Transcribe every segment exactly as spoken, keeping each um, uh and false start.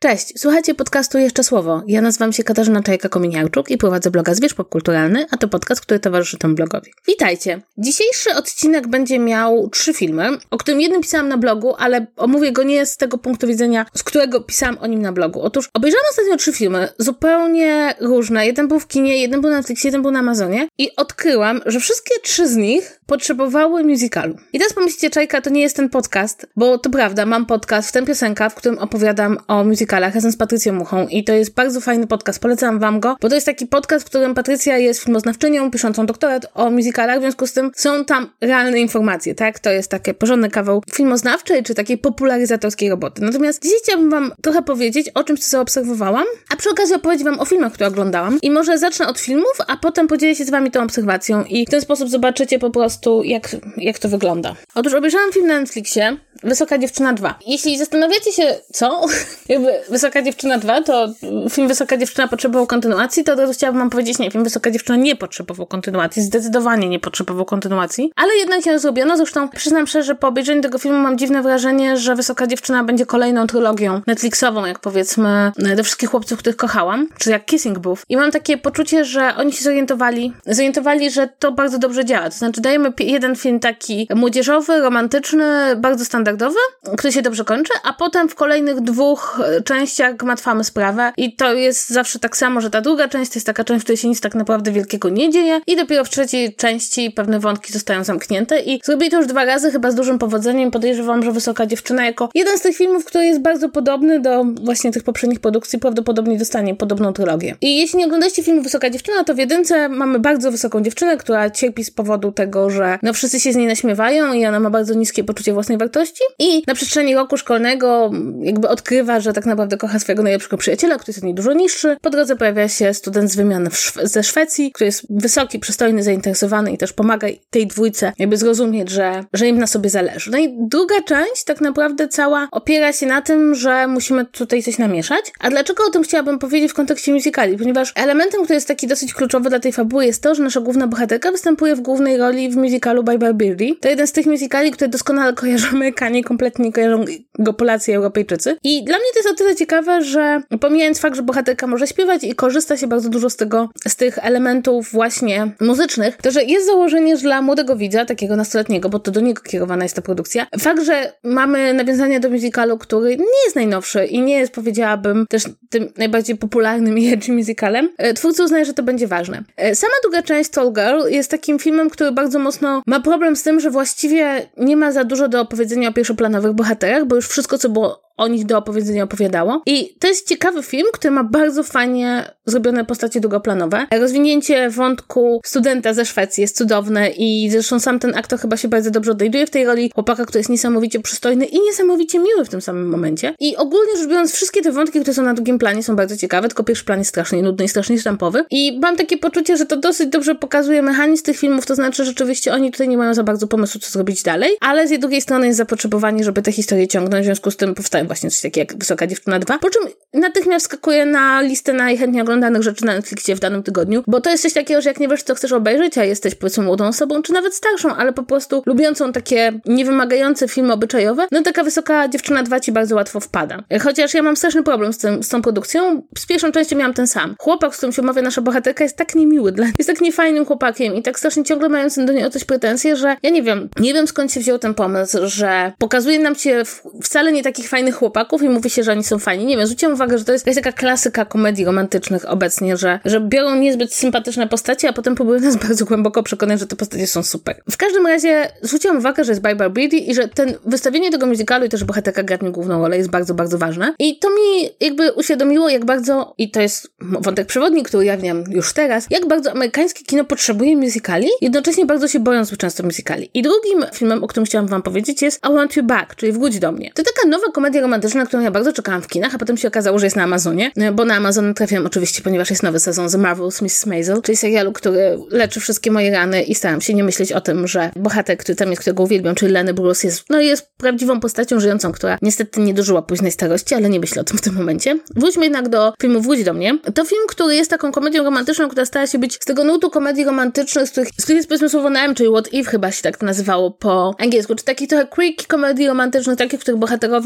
Cześć, słuchajcie podcastu Jeszcze Słowo. Ja nazywam się Katarzyna Czajka-Kominiarczuk i prowadzę bloga Zwierz Popkulturalny, a to podcast, który towarzyszy temu blogowi. Witajcie! Dzisiejszy odcinek będzie miał trzy filmy, o którym jednym pisałam na blogu, ale omówię go nie z tego punktu widzenia, z którego pisałam o nim na blogu. Otóż obejrzałam ostatnio trzy filmy, zupełnie różne. Jeden był w kinie, jeden był na Netflixie, jeden był na Amazonie i odkryłam, że wszystkie trzy z nich potrzebowały musicalu. I teraz pomyślicie, Czajka, to nie jest ten podcast, bo to prawda, mam podcast, w tym piosenka, w którym opowiadam o musicalach razem z Patrycją Muchą i to jest bardzo fajny podcast, polecam wam go, bo to jest taki podcast, w którym Patrycja jest filmoznawczynią, piszącą doktorat o musicalach, w związku z tym są tam realne informacje, tak? To jest takie porządny kawał filmoznawczej, czy takiej popularyzatorskiej roboty. Natomiast dzisiaj chciałabym wam trochę powiedzieć o czymś, co zaobserwowałam, a przy okazji opowiedzieć wam o filmach, które oglądałam i może zacznę od filmów, a potem podzielę się z wami tą obserwacją i w ten sposób zobaczycie po prostu, jak, jak to wygląda. Otóż obejrzałam film na Netflixie Wysoka Dziewczyna dwa. Jeśli zastanawiacie się, co? Jakby Wysoka Dziewczyna dwa, to film Wysoka Dziewczyna potrzebował kontynuacji, to od razu chciałabym wam powiedzieć, nie, film Wysoka Dziewczyna nie potrzebował kontynuacji, zdecydowanie nie potrzebował kontynuacji, ale jednak ją zrobiono, zresztą przyznam szczerze, że po obejrzeniu tego filmu mam dziwne wrażenie, że Wysoka Dziewczyna będzie kolejną trylogią Netflixową, jak powiedzmy do Wszystkich chłopców, których kochałam, czy jak Kissing Booth. I mam takie poczucie, że oni się zorientowali, zorientowali, że to bardzo dobrze działa, to znaczy dajemy jeden film taki młodzieżowy, romantyczny, bardzo standardowy, który się dobrze kończy, a potem w kolejnych dwóch częściach gmatwamy sprawę i to jest zawsze tak samo, że ta druga część to jest taka część, w której się nic tak naprawdę wielkiego nie dzieje i dopiero w trzeciej części pewne wątki zostają zamknięte i zrobili to już dwa razy, chyba z dużym powodzeniem. Podejrzewam, że Wysoka Dziewczyna jako jeden z tych filmów, który jest bardzo podobny do właśnie tych poprzednich produkcji, prawdopodobnie dostanie podobną trylogię. I jeśli nie oglądacie filmu Wysoka Dziewczyna, to w jedynce mamy bardzo wysoką dziewczynę, która cierpi z powodu tego, że no wszyscy się z niej naśmiewają i ona ma bardzo niskie poczucie własnej wartości i na przestrzeni roku szkolnego jakby odkrywa, że tak naprawdę kocha swojego najlepszego przyjaciela, który jest od niej dużo niższy. Po drodze pojawia się student z wymiany Szwe- ze Szwecji, który jest wysoki, przystojny, zainteresowany i też pomaga tej dwójce jakby zrozumieć, że, że im na sobie zależy. No i druga część tak naprawdę cała opiera się na tym, że musimy tutaj coś namieszać. A dlaczego o tym chciałabym powiedzieć w kontekście musicali? Ponieważ elementem, który jest taki dosyć kluczowy dla tej fabuły jest to, że nasza główna bohaterka występuje w głównej roli w musicalu Bye Bye Birdie. To jeden z tych musicali, które doskonale kojarzą Amerykanie, kompletnie nie kojarzą go Polacy i Europejczycy. I dla mnie to jest o tyle ciekawe, że pomijając fakt, że bohaterka może śpiewać i korzysta się bardzo dużo z tego, z tych elementów właśnie muzycznych, to że jest założenie, że dla młodego widza, takiego nastoletniego, bo to do niego kierowana jest ta produkcja, fakt, że mamy nawiązanie do musicalu, który nie jest najnowszy i nie jest, powiedziałabym, też tym najbardziej popularnym i edgy musicalem, twórcy uznają, że to będzie ważne. Sama druga część Tall Girl jest takim filmem, który bardzo mocno ma problem z tym, że właściwie nie ma za dużo do opowiedzenia o pierwszoplanowych bohaterach, bo już wszystko, co było o nich do opowiedzenia opowiadało. I to jest ciekawy film, który ma bardzo fajnie zrobione postacie drugoplanowe. Rozwinięcie wątku studenta ze Szwecji jest cudowne i zresztą sam ten aktor chyba się bardzo dobrze odnajduje w tej roli chłopaka, który jest niesamowicie przystojny i niesamowicie miły w tym samym momencie. I ogólnie rzecz biorąc, wszystkie te wątki, które są na drugim planie, są bardzo ciekawe, tylko pierwszy plan jest strasznie nudny i strasznie sztampowy. I mam takie poczucie, że to dosyć dobrze pokazuje mechanizm tych filmów, to znaczy rzeczywiście oni tutaj nie mają za bardzo pomysłu, co zrobić dalej, ale z drugiej strony jest zapotrzebowanie, żeby te historie ciągnąć, w związku z tym powstają właśnie coś takiego jak Wysoka Dziewczyna dwa, po czym natychmiast skakuje na listę najchętniej oglądanych rzeczy na Netflixie w danym tygodniu, bo to jest coś takiego, że jak nie wiesz, co chcesz obejrzeć, a jesteś powiedzmy młodą osobą, czy nawet starszą, ale po prostu lubiącą takie niewymagające filmy obyczajowe, no taka Wysoka Dziewczyna dwa ci bardzo łatwo wpada. Chociaż ja mam straszny problem z, tym, z tą produkcją, z pierwszą częścią miałam ten sam. Chłopak, z którym się umawia nasza bohaterka, jest tak niemiły, dla... jest tak niefajnym chłopakiem i tak strasznie ciągle mającym do niego coś pretensje, że ja nie wiem, nie wiem skąd się wziął ten pomysł, że pokazuje nam się w... wcale nie takich fajnych chłopaków i mówi się, że oni są fajni. Nie wiem, zwróciłam uwagę, że to jest jakaś taka klasyka komedii romantycznych obecnie, że, że biorą niezbyt sympatyczne postacie, a potem próbują nas bardzo głęboko przekonać, że te postacie są super. W każdym razie zwróciłam uwagę, że jest Bye Bye Birdie i że ten wystawienie tego musicalu i to, że bohaterka gra w nim główną rolę jest bardzo, bardzo ważne. I to mi jakby uświadomiło, jak bardzo, i to jest wątek przewodni, który ujawniam już teraz, jak bardzo amerykańskie kino potrzebuje musicali, jednocześnie bardzo się boją zbyt często musicali. I drugim filmem, o którym chciałam wam powiedzieć, jest I Want You Back, czyli Wróć do mnie. To taka nowa komedia romantyczna, którą ja bardzo czekałam w kinach, a potem się okazało, że jest na Amazonie, bo na Amazon trafiam oczywiście, ponieważ jest nowy sezon The Marvelous missus Maisel, czyli serialu, który leczy wszystkie moje rany i staram się nie myśleć o tym, że bohater, który tam jest, którego uwielbiam, czyli Lenny Bruce, jest, no jest prawdziwą postacią żyjącą, która niestety nie dożyła późnej starości, ale nie myślę o tym w tym momencie. Wróćmy jednak do filmu Wróć do mnie. To film, który jest taką komedią romantyczną, która stara się być z tego nurtu komedii romantycznych, z których, z których jest powiedzmy słowo na M, czyli What If chyba się tak to nazywało po angielsku, czy takich trochę quirky komedii romantycznych, takich, w których bohaterowie nie wyglądają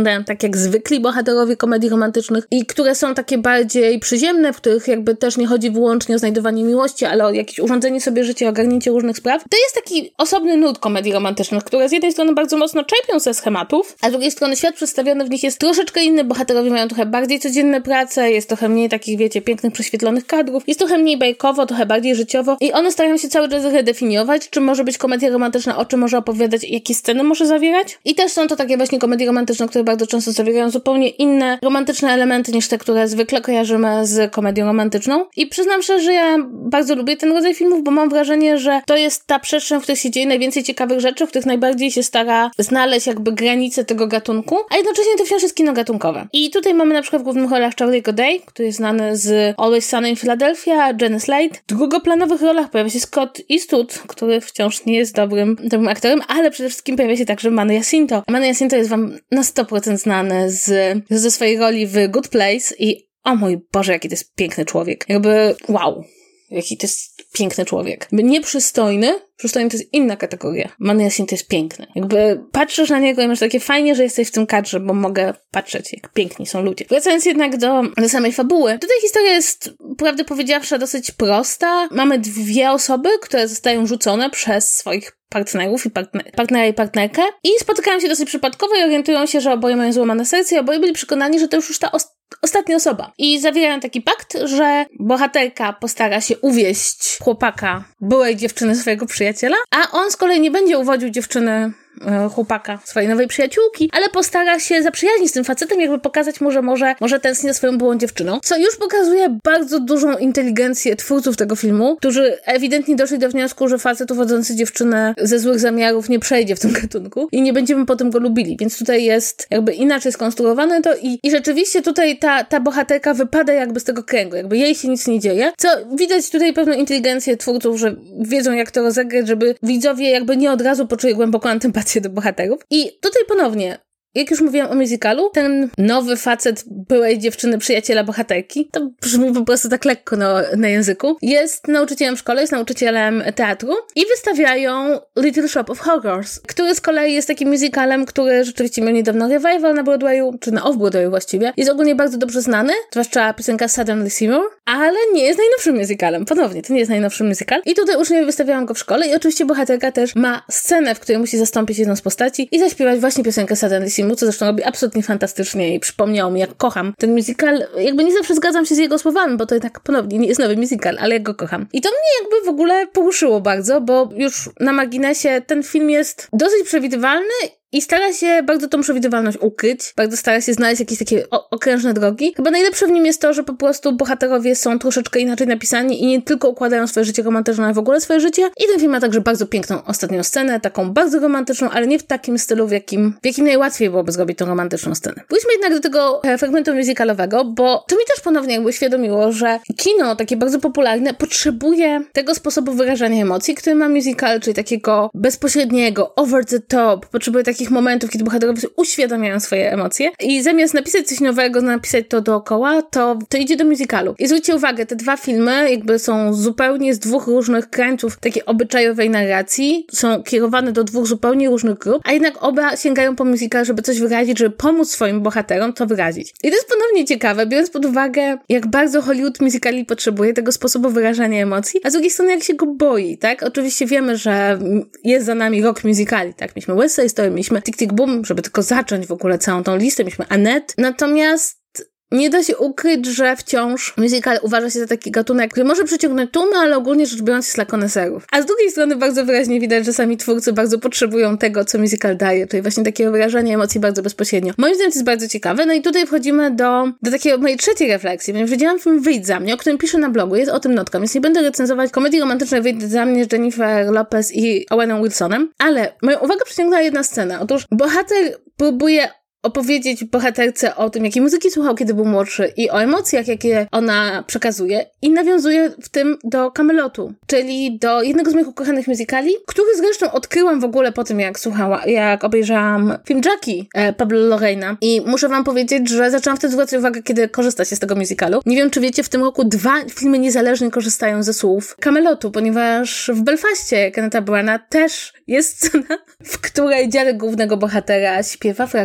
wyglądają tak jak zwykli bohaterowie komedii romantycznych i które są takie bardziej przyziemne, w których jakby też nie chodzi wyłącznie o znajdowanie miłości, ale o jakieś urządzenie sobie życia, ogarnięcie różnych spraw. To jest taki osobny nurt komedii romantycznych, które z jednej strony bardzo mocno czerpią ze schematów, a z drugiej strony świat przedstawiony w nich jest troszeczkę inny, bohaterowie mają trochę bardziej codzienne prace, jest trochę mniej takich, wiecie, pięknych, prześwietlonych kadrów, jest trochę mniej bajkowo, trochę bardziej życiowo i one starają się cały czas redefiniować, czym może być komedia romantyczna, o czym może opowiadać, jakie sceny może zawierać. I też są to takie właśnie komedie romantyczne, które bardzo często zawierają zupełnie inne romantyczne elementy niż te, które zwykle kojarzymy z komedią romantyczną. I przyznam szczerze, że ja bardzo lubię ten rodzaj filmów, bo mam wrażenie, że to jest ta przestrzeń, w której się dzieje najwięcej ciekawych rzeczy, w których najbardziej się stara znaleźć jakby granice tego gatunku, a jednocześnie to wciąż jest kino gatunkowe. I tutaj mamy na przykład w głównych rolach Charlie'ego Day, który jest znany z Always Sunny in Philadelphia, Jenny Slate. W drugoplanowych rolach pojawia się Scott Eastwood, który wciąż nie jest dobrym, dobrym aktorem, ale przede wszystkim pojawia się także Manny Jacinto. Manny Jacinto jest wam na sto procent znany z, ze swojej roli w Good Place i o mój Boże, jaki to jest piękny człowiek. Jakby wow. Jaki to jest piękny człowiek. Nieprzystojny, przystojny to jest inna kategoria. Manny Jacinto jest piękny. Jakby patrzysz na niego i masz takie fajnie, że jesteś w tym kadrze, bo mogę patrzeć, jak piękni są ludzie. Wracając jednak do, do samej fabuły. Tutaj historia jest, prawdę powiedziawszy, dosyć prosta. Mamy dwie osoby, które zostają rzucone przez swoich partnerów i partner, partnera i partnerkę i spotykają się dosyć przypadkowo i orientują się, że oboje mają złamane serce i oboje byli przekonani, że to już, już ta os- ostatnia osoba. I zawierają taki pakt, że bohaterka postara się uwieść chłopaka byłej dziewczyny swojego przyjaciela, a on z kolei nie będzie uwodził dziewczyny chłopaka, swojej nowej przyjaciółki, ale postara się zaprzyjaźnić z tym facetem, jakby pokazać mu, że może, może tęskni za swoją byłą dziewczyną, co już pokazuje bardzo dużą inteligencję twórców tego filmu, którzy ewidentnie doszli do wniosku, że facet uwodzący dziewczynę ze złych zamiarów nie przejdzie w tym gatunku i nie będziemy potem go lubili, więc tutaj jest jakby inaczej skonstruowane to i, i rzeczywiście tutaj ta, ta bohaterka wypada jakby z tego kręgu, jakby jej się nic nie dzieje, co widać tutaj pewną inteligencję twórców, że wiedzą jak to rozegrać, żeby widzowie jakby nie od razu poczuli głęboką antypatię do bohaterów. I tutaj ponownie, jak już mówiłam o musicalu, ten nowy facet byłej dziewczyny, przyjaciela bohaterki, to brzmi po prostu tak lekko na, na języku, jest nauczycielem w szkole, jest nauczycielem teatru i wystawiają Little Shop of Horrors, który z kolei jest takim musicalem, który rzeczywiście miał niedawno revival na Broadwayu, czy na Off-Broadwayu właściwie. Jest ogólnie bardzo dobrze znany, zwłaszcza piosenka Suddenly Seymour, ale nie jest najnowszym musicalem. Ponownie, to nie jest najnowszy musical. I tutaj uczniowie wystawiają go w szkole i oczywiście bohaterka też ma scenę, w której musi zastąpić jedną z postaci i zaśpiewać właśnie piosenkę Suddenly Seymour, co zresztą robi absolutnie fantastycznie i przypomniało mi, jak kocham ten musical. Jakby nie zawsze zgadzam się z jego słowami, bo to tak ponownie nie jest nowy musical, ale jak go kocham. I to mnie jakby w ogóle poruszyło bardzo, bo już na marginesie ten film jest dosyć przewidywalny i stara się bardzo tą przewidywalność ukryć, bardzo stara się znaleźć jakieś takie o- okrężne drogi. Chyba najlepsze w nim jest to, że po prostu bohaterowie są troszeczkę inaczej napisani i nie tylko układają swoje życie romantyczne, ale w ogóle swoje życie. I ten film ma także bardzo piękną ostatnią scenę, taką bardzo romantyczną, ale nie w takim stylu, w jakim, w jakim najłatwiej byłoby zrobić tą romantyczną scenę. Pójdźmy jednak do tego e, fragmentu musicalowego, bo to mi też ponownie jakby uświadomiło, że kino takie bardzo popularne potrzebuje tego sposobu wyrażania emocji, który ma musical, czyli takiego bezpośredniego, over the top, potrzebuje takich momentów, kiedy bohaterowie uświadamiają swoje emocje i zamiast napisać coś nowego, napisać to dookoła, to, to idzie do musicalu. I zwróćcie uwagę, te dwa filmy jakby są zupełnie z dwóch różnych krańców takiej obyczajowej narracji, są kierowane do dwóch zupełnie różnych grup, a jednak oba sięgają po musical, żeby coś wyrazić, żeby pomóc swoim bohaterom to wyrazić. I to jest ponownie ciekawe, biorąc pod uwagę, jak bardzo Hollywood musicali potrzebuje tego sposobu wyrażania emocji, a z drugiej strony jak się go boi, tak? Oczywiście wiemy, że jest za nami rok musicali, tak? Mieliśmy West Side Story, mieliśmy Tick, Tick, Boom, żeby tylko zacząć w ogóle całą tą listę, mieliśmy Annette, natomiast nie da się ukryć, że wciąż musical uważa się za taki gatunek, który może przyciągnąć tłumy, ale ogólnie rzecz biorąc jest dla koneserów. A z drugiej strony bardzo wyraźnie widać, że sami twórcy bardzo potrzebują tego, co musical daje, czyli właśnie takiego wyrażania emocji bardzo bezpośrednio. Moim zdaniem to jest bardzo ciekawe, no i tutaj wchodzimy do, do takiej mojej trzeciej refleksji, ponieważ widziałam film Wyjdź za mnie, o którym piszę na blogu, jest o tym notka, więc nie będę recenzować komedii romantycznej Wyjdź za mnie z Jennifer Lopez i Owenem Wilsonem, ale moją uwagę przyciągnęła jedna scena. Otóż bohater próbuje opowiedzieć bohaterce o tym, jakiej muzyki słuchał, kiedy był młodszy i o emocjach, jakie ona przekazuje i nawiązuje w tym do Camelotu, czyli do jednego z moich ukochanych musicali, który zresztą odkryłam w ogóle po tym, jak słuchała, jak obejrzałam film Jackie e, Pablo Larraína i muszę wam powiedzieć, że zaczęłam wtedy zwracać uwagę, kiedy korzysta się z tego musicalu. Nie wiem, czy wiecie, w tym roku dwa filmy niezależnie korzystają ze słów Camelotu, ponieważ w Belfaście Kennetha Branagha też jest scena, w której dziadek głównego bohatera śpiewa fragment z Camelotu.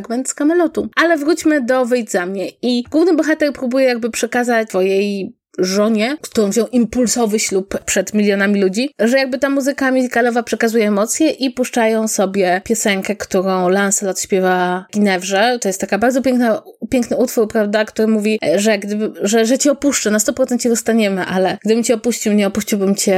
Kamelotu. Ale wróćmy do Wyjdź za mnie. I główny bohater próbuje jakby przekazać swojej żonie, z którą wziął impulsowy ślub przed milionami ludzi, że jakby ta muzyka musicalowa przekazuje emocje i puszczają sobie piosenkę, którą Lancelot śpiewa Ginewrze. To jest taka bardzo piękna, piękny utwór, prawda, który mówi, że, gdyby, że, że cię opuszczę, na sto procent cię rozstaniemy, ale gdybym cię opuścił, nie opuściłbym cię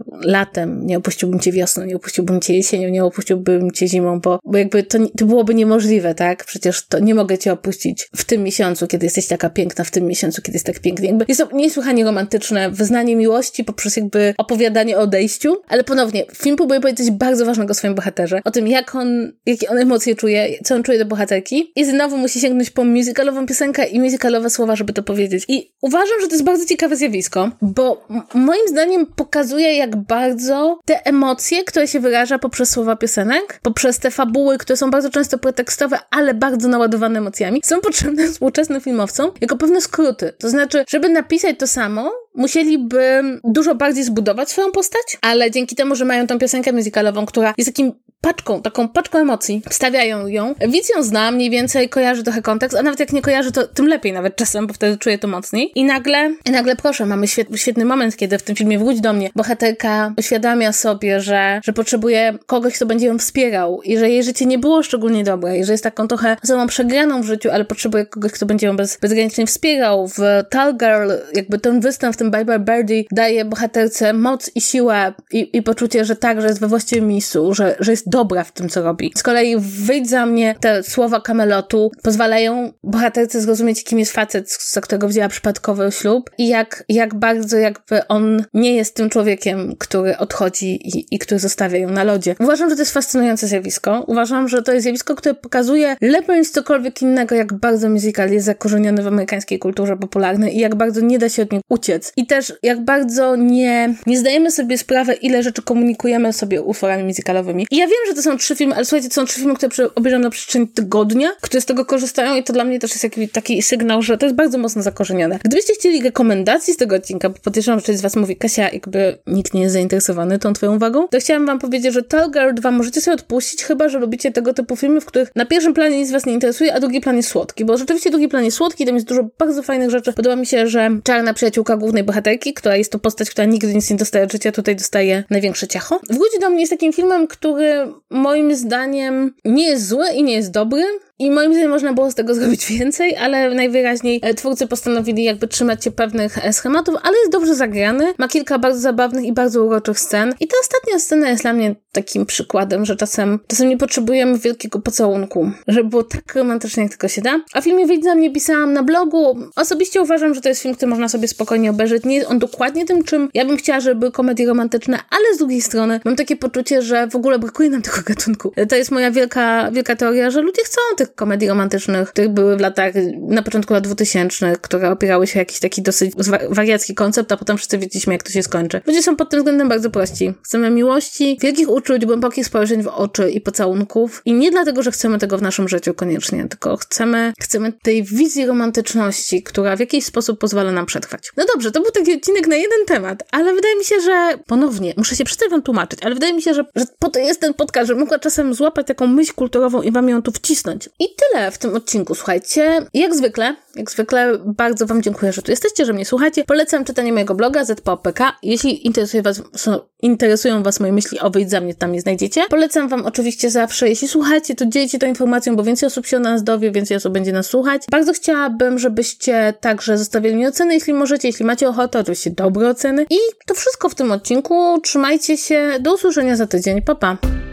latem, nie opuściłbym cię wiosną, nie opuściłbym cię jesienią, nie opuściłbym cię zimą, bo, bo jakby to, to byłoby niemożliwe, tak? Przecież to nie mogę cię opuścić w tym miesiącu, kiedy jesteś taka piękna, w tym miesiącu, kiedy jest tak pięknie. Jakby jest to niesłychanie romantyczne wyznanie miłości poprzez jakby opowiadanie o odejściu, ale ponownie film próbuje powiedzieć bardzo ważnego o swoim bohaterze, o tym jak on, jakie on emocje czuje, co on czuje do bohaterki i znowu musi sięgnąć po musicalową piosenkę i musicalowe słowa, żeby to powiedzieć. I uważam, że to jest bardzo ciekawe zjawisko, bo m- moim zdaniem pokazuje, jak bardzo te emocje, które się wyraża poprzez słowa piosenek, poprzez te fabuły, które są bardzo często pretekstowe, ale bardzo naładowane emocjami, są potrzebne współczesnym filmowcom jako pewne skróty. To znaczy, żeby napisać to samo, musieliby dużo bardziej zbudować swoją postać, ale dzięki temu, że mają tą piosenkę musicalową, która jest takim paczką, taką paczką emocji, wstawiają ją, widz ją zna, mniej więcej kojarzy trochę kontekst, a nawet jak nie kojarzy, to tym lepiej nawet czasem, bo wtedy czuje to mocniej. I nagle, i nagle proszę, mamy świetny, świetny moment, kiedy w tym filmie Wróć do mnie bohaterka uświadamia sobie, że, że potrzebuje kogoś, kto będzie ją wspierał i że jej życie nie było szczególnie dobre i że jest taką trochę osobą przegraną w życiu, ale potrzebuje kogoś, kto będzie ją bez, bezgranicznie wspierał. W Tall Girl jakby ten występ w tym Bye Bye Birdie daje bohaterce moc i siłę i, i poczucie, że tak, że jest we właściwym miejscu, że, że jest dobra w tym, co robi. Z kolei Wyjdź za mnie, te słowa Kamelotu pozwalają bohaterce zrozumieć, kim jest facet, za którego wzięła przypadkowy ślub i jak, jak bardzo jakby on nie jest tym człowiekiem, który odchodzi i, i który zostawia ją na lodzie. Uważam, że to jest fascynujące zjawisko. Uważam, że to jest zjawisko, które pokazuje lepiej niż cokolwiek innego, jak bardzo musical jest zakorzeniony w amerykańskiej kulturze popularnej i jak bardzo nie da się od niego uciec. I też jak bardzo nie, nie zdajemy sobie sprawy, ile rzeczy komunikujemy sobie utworami musicalowymi. I ja wiem, że to są trzy filmy, ale słuchajcie, to są trzy filmy, które obejrzałam na przestrzeni tygodnia, które z tego korzystają i to dla mnie też jest jakiś taki sygnał, że to jest bardzo mocno zakorzenione. Gdybyście chcieli rekomendacji z tego odcinka, bo podejrzewam, że część z was mówi, Kasia, jakby nikt nie jest zainteresowany tą twoją uwagą, to chciałam wam powiedzieć, że Tall Girl dwa możecie sobie odpuścić, chyba że lubicie tego typu filmy, w których na pierwszym planie nic was nie interesuje, a drugi plan jest słodki, bo rzeczywiście drugi plan jest słodki, tam jest dużo bardzo fajnych rzeczy. Podoba mi się, że czarna przyjaciółka głównej bohaterki, która jest to postać, która nigdy nic nie dostaje od życia, tutaj dostaje największe ciacho. Wróć do mnie jest takim filmem, który moim zdaniem nie jest zły i nie jest dobry. I moim zdaniem można było z tego zrobić więcej, ale najwyraźniej twórcy postanowili jakby trzymać się pewnych schematów, ale jest dobrze zagrany, ma kilka bardzo zabawnych i bardzo uroczych scen. I ta ostatnia scena jest dla mnie takim przykładem, że czasem, czasem nie potrzebujemy wielkiego pocałunku, żeby było tak romantycznie, jak tylko się da. A filmie Wyjdź za mnie pisałam na blogu. Osobiście uważam, że to jest film, który można sobie spokojnie obejrzeć. Nie jest on dokładnie tym, czym ja bym chciała, żeby były komedie romantyczne, ale z drugiej strony mam takie poczucie, że w ogóle brakuje nam tego gatunku. To jest moja wielka, wielka teoria, że ludzie chcą tych komedii romantycznych, które były w latach, na początku lat dwutysięcznych, które opierały się o jakiś taki dosyć wariacki koncept, a potem wszyscy wiedzieliśmy, jak to się skończy. Ludzie są pod tym względem bardzo prości. Chcemy miłości, wielkich uczuć, głębokich spojrzeń w oczy i pocałunków. I nie dlatego, że chcemy tego w naszym życiu koniecznie, tylko chcemy, chcemy tej wizji romantyczności, która w jakiś sposób pozwala nam przetrwać. No dobrze, to był taki odcinek na jeden temat, ale wydaje mi się, że ponownie, muszę się przestać wam tłumaczyć, ale wydaje mi się, że, że po to jest ten podcast, że mogła czasem złapać taką myśl kulturową i wam ją tu wcisnąć. I tyle w tym odcinku, słuchajcie. Jak zwykle, jak zwykle bardzo wam dziękuję, że tu jesteście, że mnie słuchacie. Polecam czytanie mojego bloga Z P O P K. Jeśli interesuje was, interesują was moje myśli o Wyjdź za mnie, to tam je znajdziecie. Polecam wam oczywiście zawsze, jeśli słuchacie, to dzielcie tą informacją, bo więcej osób się o nas dowie, więcej osób będzie nas słuchać. Bardzo chciałabym, żebyście także zostawili mi oceny, jeśli możecie, jeśli macie ochotę, oczywiście dobre oceny. I to wszystko w tym odcinku. Trzymajcie się. Do usłyszenia za tydzień. Pa, pa.